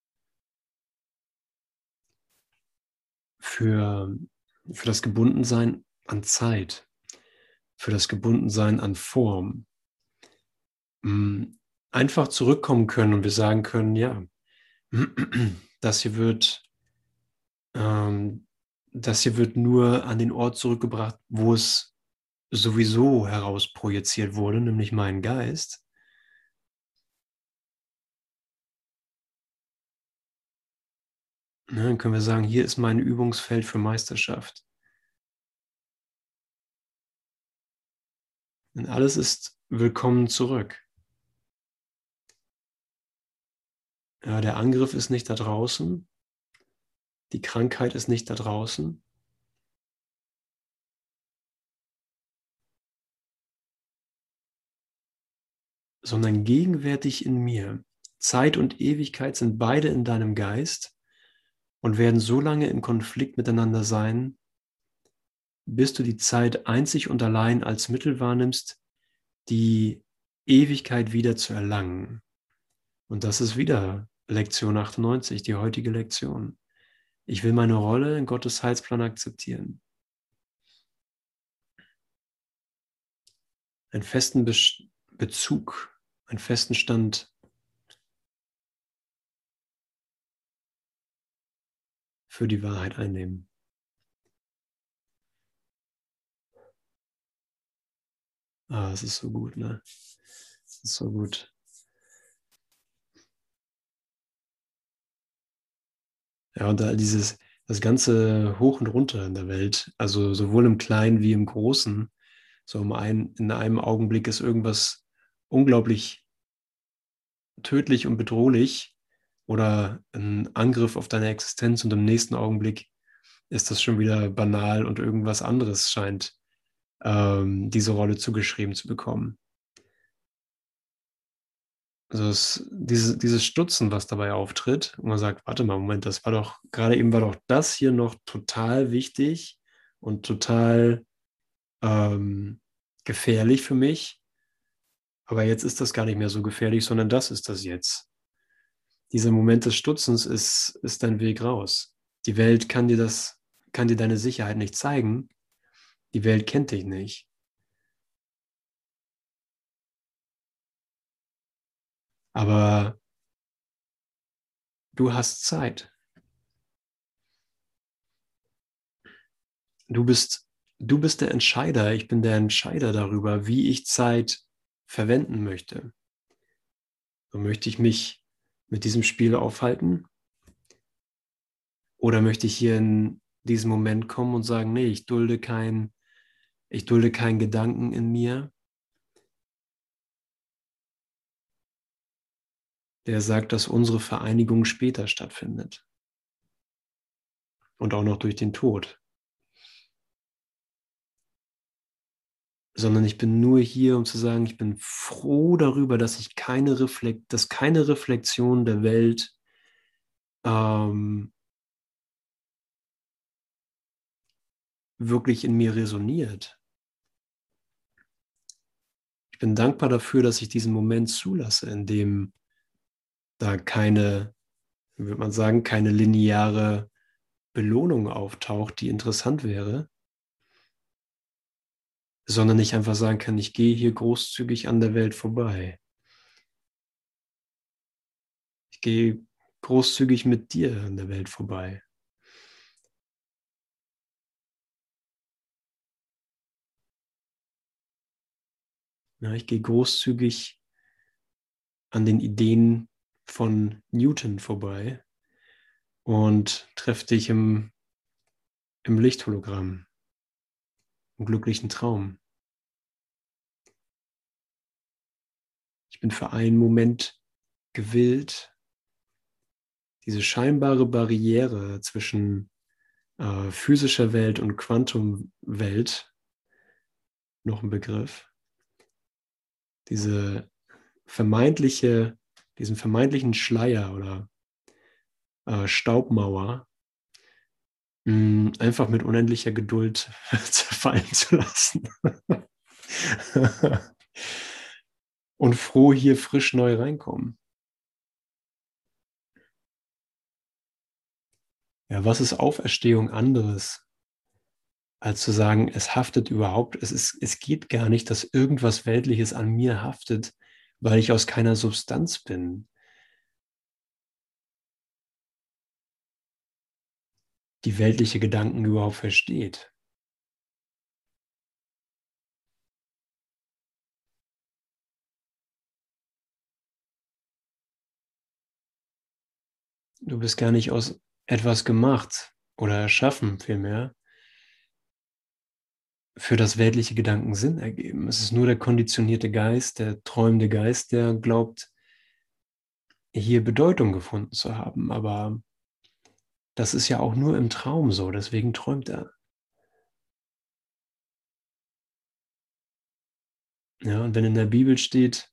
für, für das Gebundensein an Zeit, für das Gebundensein an Form, mh, einfach zurückkommen können und wir sagen können, ja, das hier wird, ähm, das hier wird nur an den Ort zurückgebracht, wo es sowieso herausprojiziert wurde, nämlich meinen Geist. Dann können wir sagen, hier ist mein Übungsfeld für Meisterschaft. Und alles ist willkommen zurück. Ja, der Angriff ist nicht da draußen, die Krankheit ist nicht da draußen, sondern gegenwärtig in mir. Zeit und Ewigkeit sind beide in deinem Geist und werden so lange im Konflikt miteinander sein, bis du die Zeit einzig und allein als Mittel wahrnimmst, die Ewigkeit wieder zu erlangen. Und das ist wieder Lektion 98, die heutige Lektion. Ich will meine Rolle in Gottes Heilsplan akzeptieren. Einen festen Bezug, einen festen Stand für die Wahrheit einnehmen. Ah, es ist so gut, ne? Es ist so gut. Ja, und da das ganze Hoch und Runter in der Welt, also sowohl im Kleinen wie im Großen, so in einem Augenblick ist irgendwas unglaublich tödlich und bedrohlich oder ein Angriff auf deine Existenz und im nächsten Augenblick ist das schon wieder banal und irgendwas anderes scheint diese Rolle zugeschrieben zu bekommen. Also dieses Stutzen, was dabei auftritt, und man sagt, warte mal, Moment, das war doch, gerade eben war doch das hier noch total wichtig und total ähm, gefährlich für mich, aber jetzt ist das gar nicht mehr so gefährlich, sondern das ist das jetzt. Dieser Moment des Stutzens ist dein Weg raus. Die Welt kann dir deine Sicherheit nicht zeigen. Die Welt kennt dich nicht. Aber du hast Zeit. Du bist, du bist der Entscheider. Ich bin der Entscheider darüber, wie ich Zeit verwenden möchte. So möchte ich mich mit diesem Spiel aufhalten? Oder möchte ich hier in diesen Moment kommen und sagen, nee, ich dulde keinen Gedanken in mir. der sagt, dass unsere Vereinigung später stattfindet. Und auch noch durch den Tod. Sondern ich bin nur hier, um zu sagen, ich bin froh darüber, dass keine Reflexion der Welt wirklich in mir resoniert. Ich bin dankbar dafür, dass ich diesen Moment zulasse, in dem da keine, wie würde man sagen, keine lineare Belohnung auftaucht, die interessant wäre, sondern ich einfach sagen kann, ich gehe hier großzügig an der Welt vorbei. Ich gehe großzügig mit dir an der Welt vorbei. Ja, ich gehe großzügig an den Ideen von Newton vorbei und treffe dich im Lichthologramm, im glücklichen Traum. Ich bin für einen Moment gewillt, diese scheinbare Barriere zwischen physischer Welt und Quantumwelt, noch ein Begriff, diesen vermeintlichen Schleier oder Staubmauer einfach mit unendlicher Geduld zerfallen zu lassen. Und froh hier frisch neu reinkommen. Ja, was ist Auferstehung anderes, als zu sagen, es haftet überhaupt, es geht gar nicht, dass irgendwas Weltliches an mir haftet, weil ich aus keiner Substanz bin, die weltliche Gedanken überhaupt versteht. Du bist gar nicht aus etwas gemacht oder erschaffen, vielmehr, für das weltliche Gedanken Sinn ergeben. Es ist nur der konditionierte Geist, der träumende Geist, der glaubt, hier Bedeutung gefunden zu haben. Aber das ist ja auch nur im Traum so, deswegen träumt er. Ja, und wenn in der Bibel steht,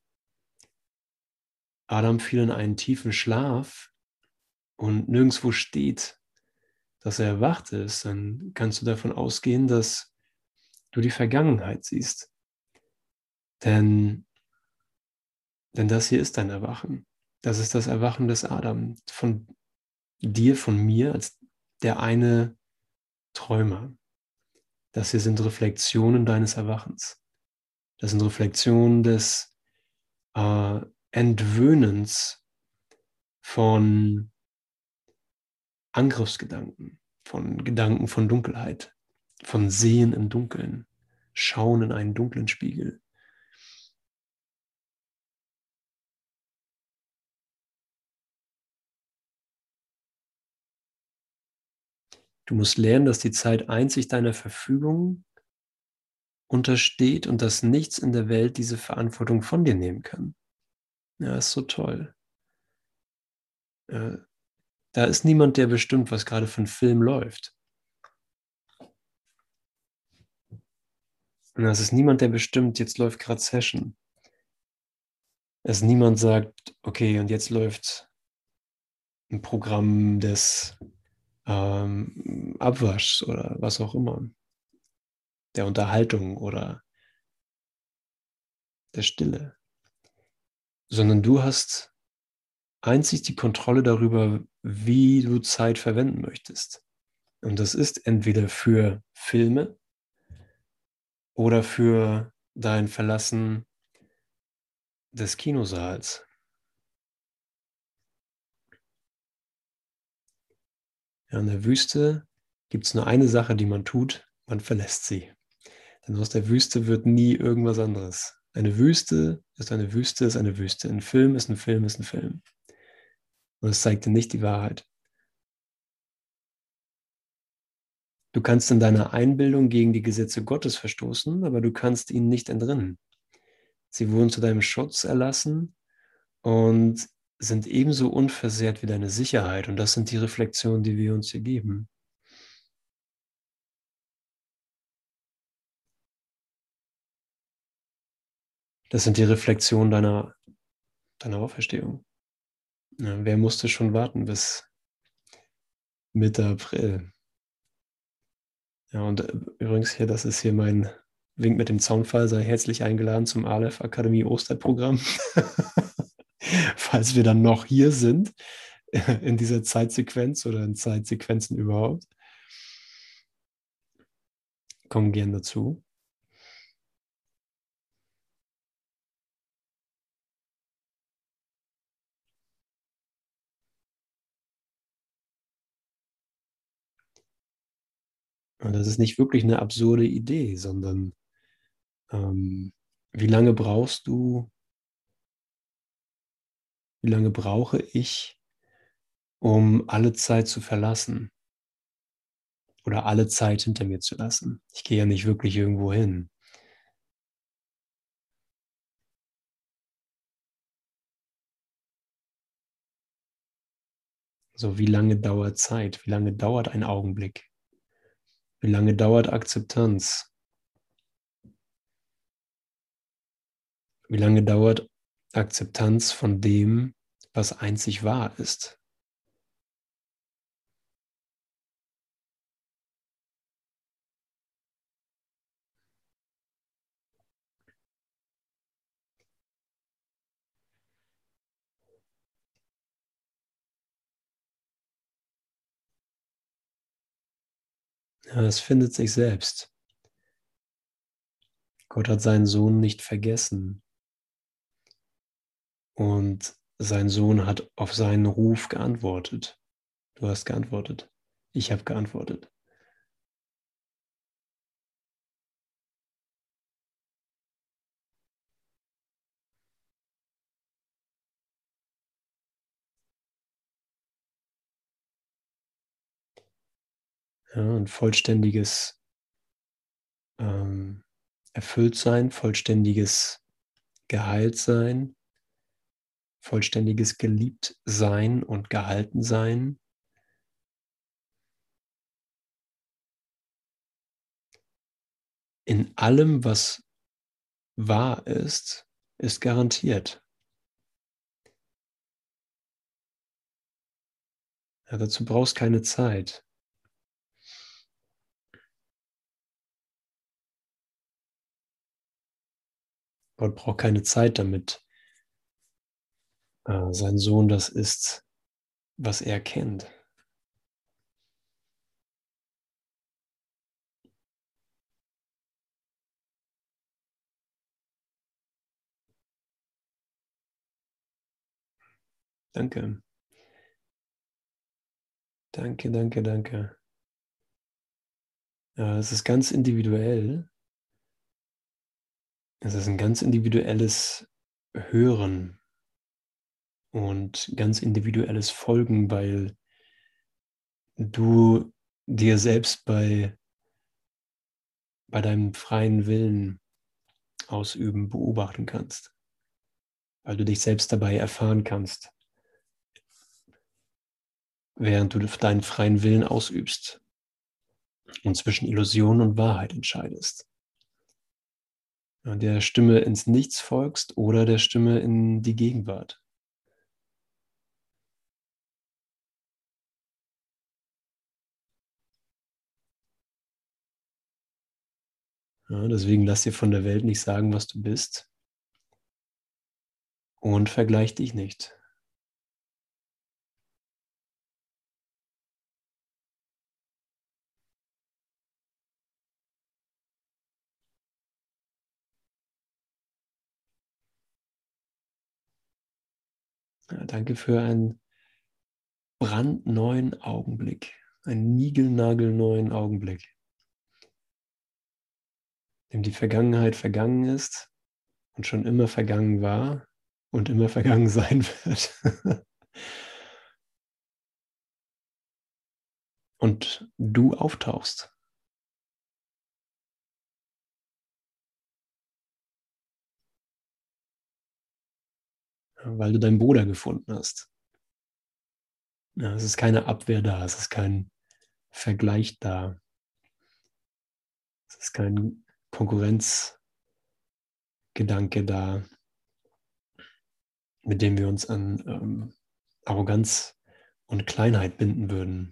Adam fiel in einen tiefen Schlaf und nirgendwo steht, dass er erwacht ist, dann kannst du davon ausgehen, dass du die Vergangenheit siehst. Denn das hier ist dein Erwachen. Das ist das Erwachen des Adam, von dir, von mir, als der eine Träumer. Das hier sind Reflexionen deines Erwachens. Das sind Reflexionen des Entwöhnens von Angriffsgedanken, von Gedanken von Dunkelheit, von Sehen im Dunkeln, Schauen in einen dunklen Spiegel. Du musst lernen, dass die Zeit einzig deiner Verfügung untersteht und dass nichts in der Welt diese Verantwortung von dir nehmen kann. Ja, ist so toll. Da ist niemand, der bestimmt, was gerade für ein Film läuft. Und es ist niemand, der bestimmt, jetzt läuft gerade Session. Es niemand sagt, okay, und jetzt läuft ein Programm des Abwaschs oder was auch immer, der Unterhaltung oder der Stille, sondern du hast einzig die Kontrolle darüber, wie du Zeit verwenden möchtest. Und das ist entweder für Filme oder für dein Verlassen des Kinosaals. Ja, in der Wüste gibt es nur eine Sache, die man tut, man verlässt sie. Denn aus der Wüste wird nie irgendwas anderes. Eine Wüste ist eine Wüste ist eine Wüste. Ein Film ist ein Film ist ein Film. Und es zeigt dir nicht die Wahrheit. Du kannst in deiner Einbildung gegen die Gesetze Gottes verstoßen, aber du kannst ihnen nicht entrinnen. Sie wurden zu deinem Schutz erlassen und sind ebenso unversehrt wie deine Sicherheit. Und das sind die Reflexionen, die wir uns hier geben. Das sind die Reflexionen deiner Auferstehung. Ja, wer musste schon warten bis Mitte April? Ja, und übrigens hier, das ist hier mein Wink mit dem Zaunfall. Sei herzlich eingeladen zum Aleph Akademie Osterprogramm. Falls wir dann noch hier sind, in dieser Zeitsequenz oder in Zeitsequenzen überhaupt. Kommen gern dazu. Und das ist nicht wirklich eine absurde Idee, sondern ähm, wie lange brauchst du, wie lange brauche ich, um alle Zeit zu verlassen oder alle Zeit hinter mir zu lassen? Ich gehe ja nicht wirklich irgendwo hin. So, wie lange dauert Zeit? Wie lange dauert ein Augenblick? Wie lange dauert Akzeptanz? Wie lange dauert Akzeptanz von dem, was einzig wahr ist? Ja, es findet sich selbst. Gott hat seinen Sohn nicht vergessen und sein Sohn hat auf seinen Ruf geantwortet. Du hast geantwortet. Ich habe geantwortet. Ja, ein vollständiges Erfülltsein, vollständiges Geheiltsein, vollständiges Geliebtsein und Gehaltensein. In allem, was wahr ist garantiert. Ja, dazu brauchst keine Zeit. Gott braucht keine Zeit, damit sein Sohn das ist, was er kennt. Danke. Danke, danke, danke. Es ist ganz individuell. Es ist ein ganz individuelles Hören und ganz individuelles Folgen, weil du dir selbst bei deinem freien Willen ausüben beobachten kannst, weil du dich selbst dabei erfahren kannst, während du deinen freien Willen ausübst und zwischen Illusion und Wahrheit entscheidest. Der Stimme ins Nichts folgst oder der Stimme in die Gegenwart. Ja, deswegen lass dir von der Welt nicht sagen, was du bist und vergleich dich nicht. Ja, danke für einen brandneuen Augenblick, einen niegelnagelneuen Augenblick, dem die Vergangenheit vergangen ist und schon immer vergangen war und immer vergangen sein wird. Und du auftauchst. weil du deinen Bruder gefunden hast. Ja, es ist keine Abwehr da, es ist kein Vergleich da, es ist kein Konkurrenzgedanke da, mit dem wir uns an Arroganz und Kleinheit binden würden.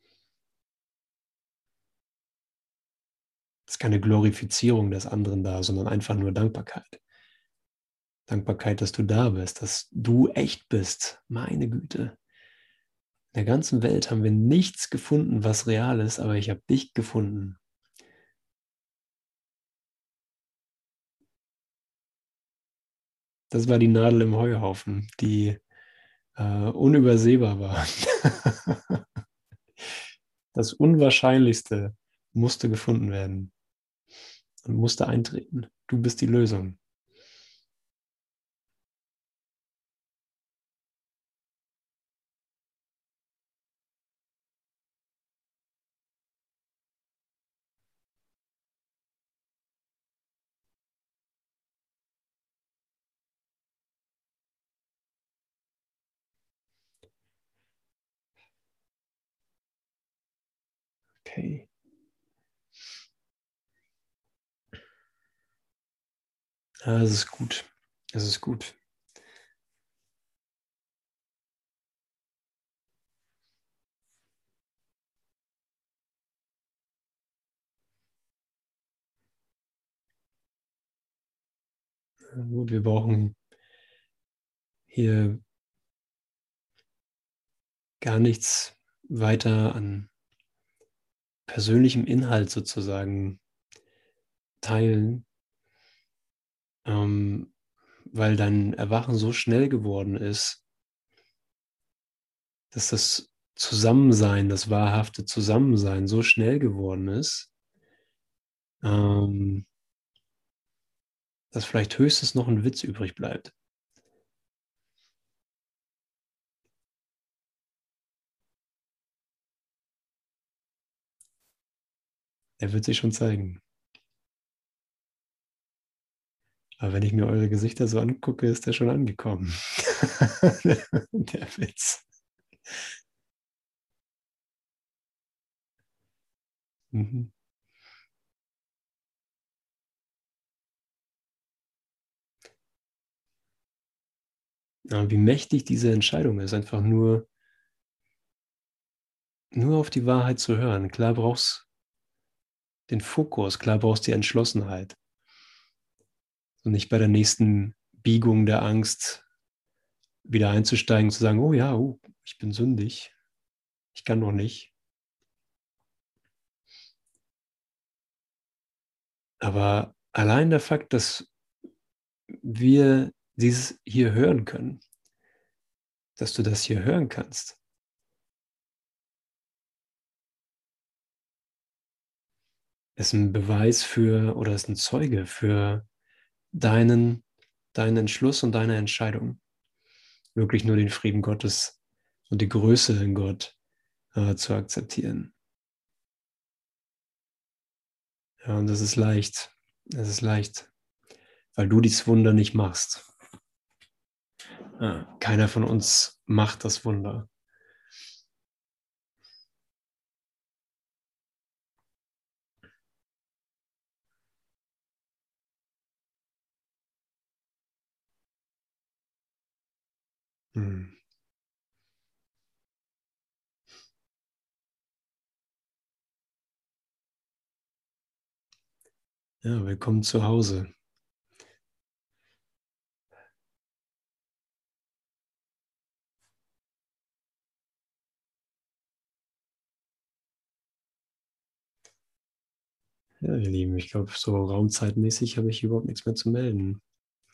Es ist keine Glorifizierung des anderen da, sondern einfach nur Dankbarkeit. Dankbarkeit, dass du da bist, dass du echt bist. Meine Güte. In der ganzen Welt haben wir nichts gefunden, was real ist, aber ich habe dich gefunden. Das war die Nadel im Heuhaufen, die unübersehbar war. Das Unwahrscheinlichste musste gefunden werden und musste eintreten. Du bist die Lösung. Okay. Ja, es ist gut. Es ist gut. Gut, wir brauchen hier gar nichts weiter an persönlichem Inhalt sozusagen teilen, ähm, weil dein Erwachen so schnell geworden ist, dass das Zusammensein, das wahrhafte Zusammensein so schnell geworden ist, ähm, dass vielleicht höchstens noch ein Witz übrig bleibt. Er wird sich schon zeigen. Aber wenn ich mir eure Gesichter so angucke, ist er schon angekommen. Der Witz. Mhm. Ja, wie mächtig diese Entscheidung ist, einfach nur auf die Wahrheit zu hören. Klar brauchst den Fokus, klar brauchst die Entschlossenheit. Und nicht bei der nächsten Biegung der Angst wieder einzusteigen, zu sagen, oh ja, ich bin sündig, ich kann noch nicht. Aber allein der Fakt, dass wir dieses hier hören können, dass du das hier hören kannst, ist ein Beweis für oder ist ein Zeuge für deinen, deinen Entschluss und deine Entscheidung, wirklich nur den Frieden Gottes und die Größe in Gott zu akzeptieren. Ja, und das ist leicht. Das ist leicht, weil du dieses Wunder nicht machst. Ja, keiner von uns macht das Wunder. Hm. Ja, willkommen zu Hause. Ja, ihr Lieben, ich glaube, so raumzeitmäßig habe ich überhaupt nichts mehr zu melden.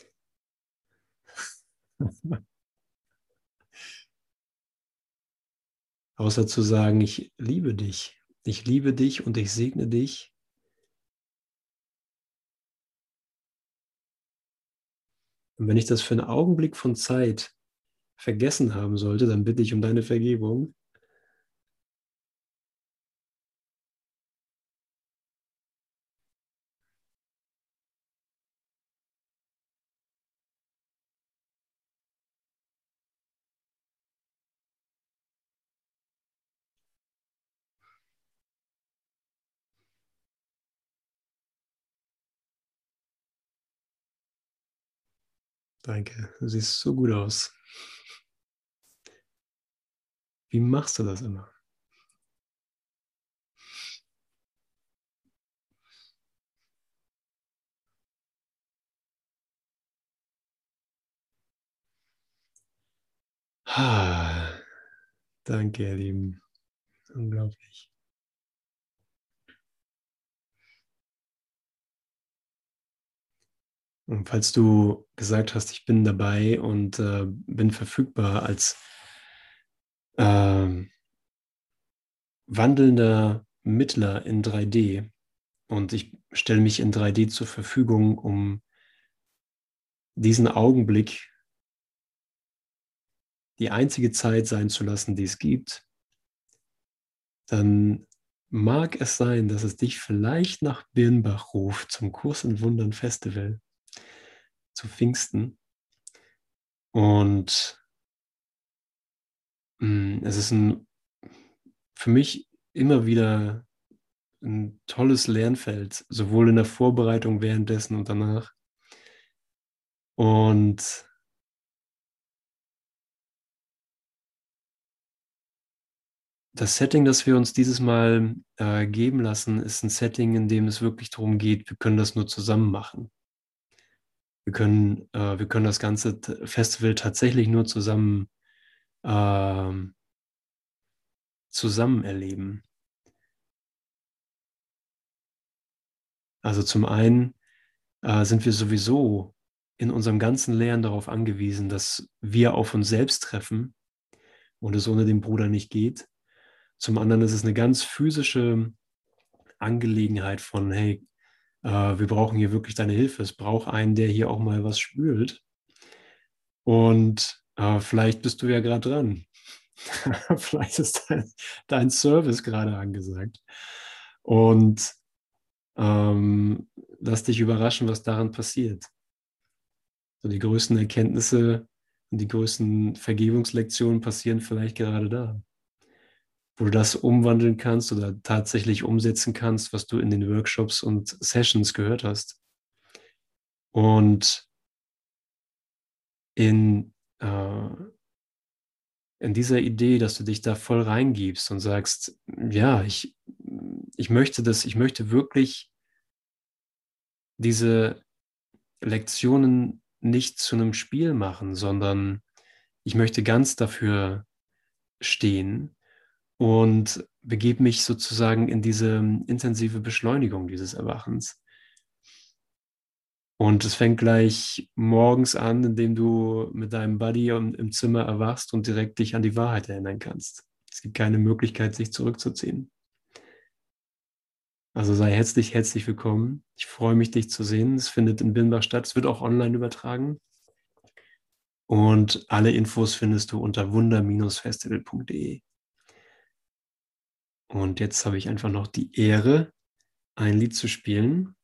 Außer zu sagen, ich liebe dich. Ich liebe dich und ich segne dich. Und wenn ich das für einen Augenblick von Zeit vergessen haben sollte, dann bitte ich um deine Vergebung. Danke, du siehst so gut aus. Wie machst du das immer? Ah, danke, ihr Lieben. Unglaublich. Und falls du gesagt hast, ich bin dabei und bin verfügbar als ähm, wandelnder Mittler in 3D und ich stelle mich in 3D zur Verfügung, um diesen Augenblick die einzige Zeit sein zu lassen, die es gibt, dann mag es sein, dass es dich vielleicht nach Birnbach ruft zum Kurs in Wundern Festival zu Pfingsten. Und es ist für mich immer wieder ein tolles Lernfeld, sowohl in der Vorbereitung, währenddessen und danach. Und das Setting, das wir uns dieses Mal geben lassen, ist ein Setting, in dem es wirklich darum geht, wir können das nur zusammen machen. Wir können das ganze Festival tatsächlich nur ähm, zusammen erleben. Also zum einen sind wir sowieso in unserem ganzen Lernen darauf angewiesen, dass wir auf uns selbst treffen und es ohne den Bruder nicht geht. Zum anderen ist es eine ganz physische Angelegenheit von, hey, wir brauchen hier wirklich deine Hilfe. Es braucht einen, der hier auch mal was spült. Und vielleicht bist du ja gerade dran. Vielleicht ist dein Service gerade angesagt. Und lass dich überraschen, was daran passiert. So die größten Erkenntnisse und die größten Vergebungslektionen passieren vielleicht gerade da, wo du das umwandeln kannst oder tatsächlich umsetzen kannst, was du in den Workshops und Sessions gehört hast. Und in, äh, in dieser Idee, dass du dich da voll reingibst und sagst, ja, ich möchte wirklich diese Lektionen nicht zu einem Spiel machen, sondern ich möchte ganz dafür stehen und begebe mich sozusagen in diese intensive Beschleunigung dieses Erwachens. Und es fängt gleich morgens an, indem du mit deinem Buddy im Zimmer erwachst und direkt dich an die Wahrheit erinnern kannst. Es gibt keine Möglichkeit, sich zurückzuziehen. Also sei herzlich, herzlich willkommen. Ich freue mich, dich zu sehen. Es findet in Birnbach statt. Es wird auch online übertragen. Und alle Infos findest du unter wunder-festival.de. Und jetzt habe ich einfach noch die Ehre, ein Lied zu spielen.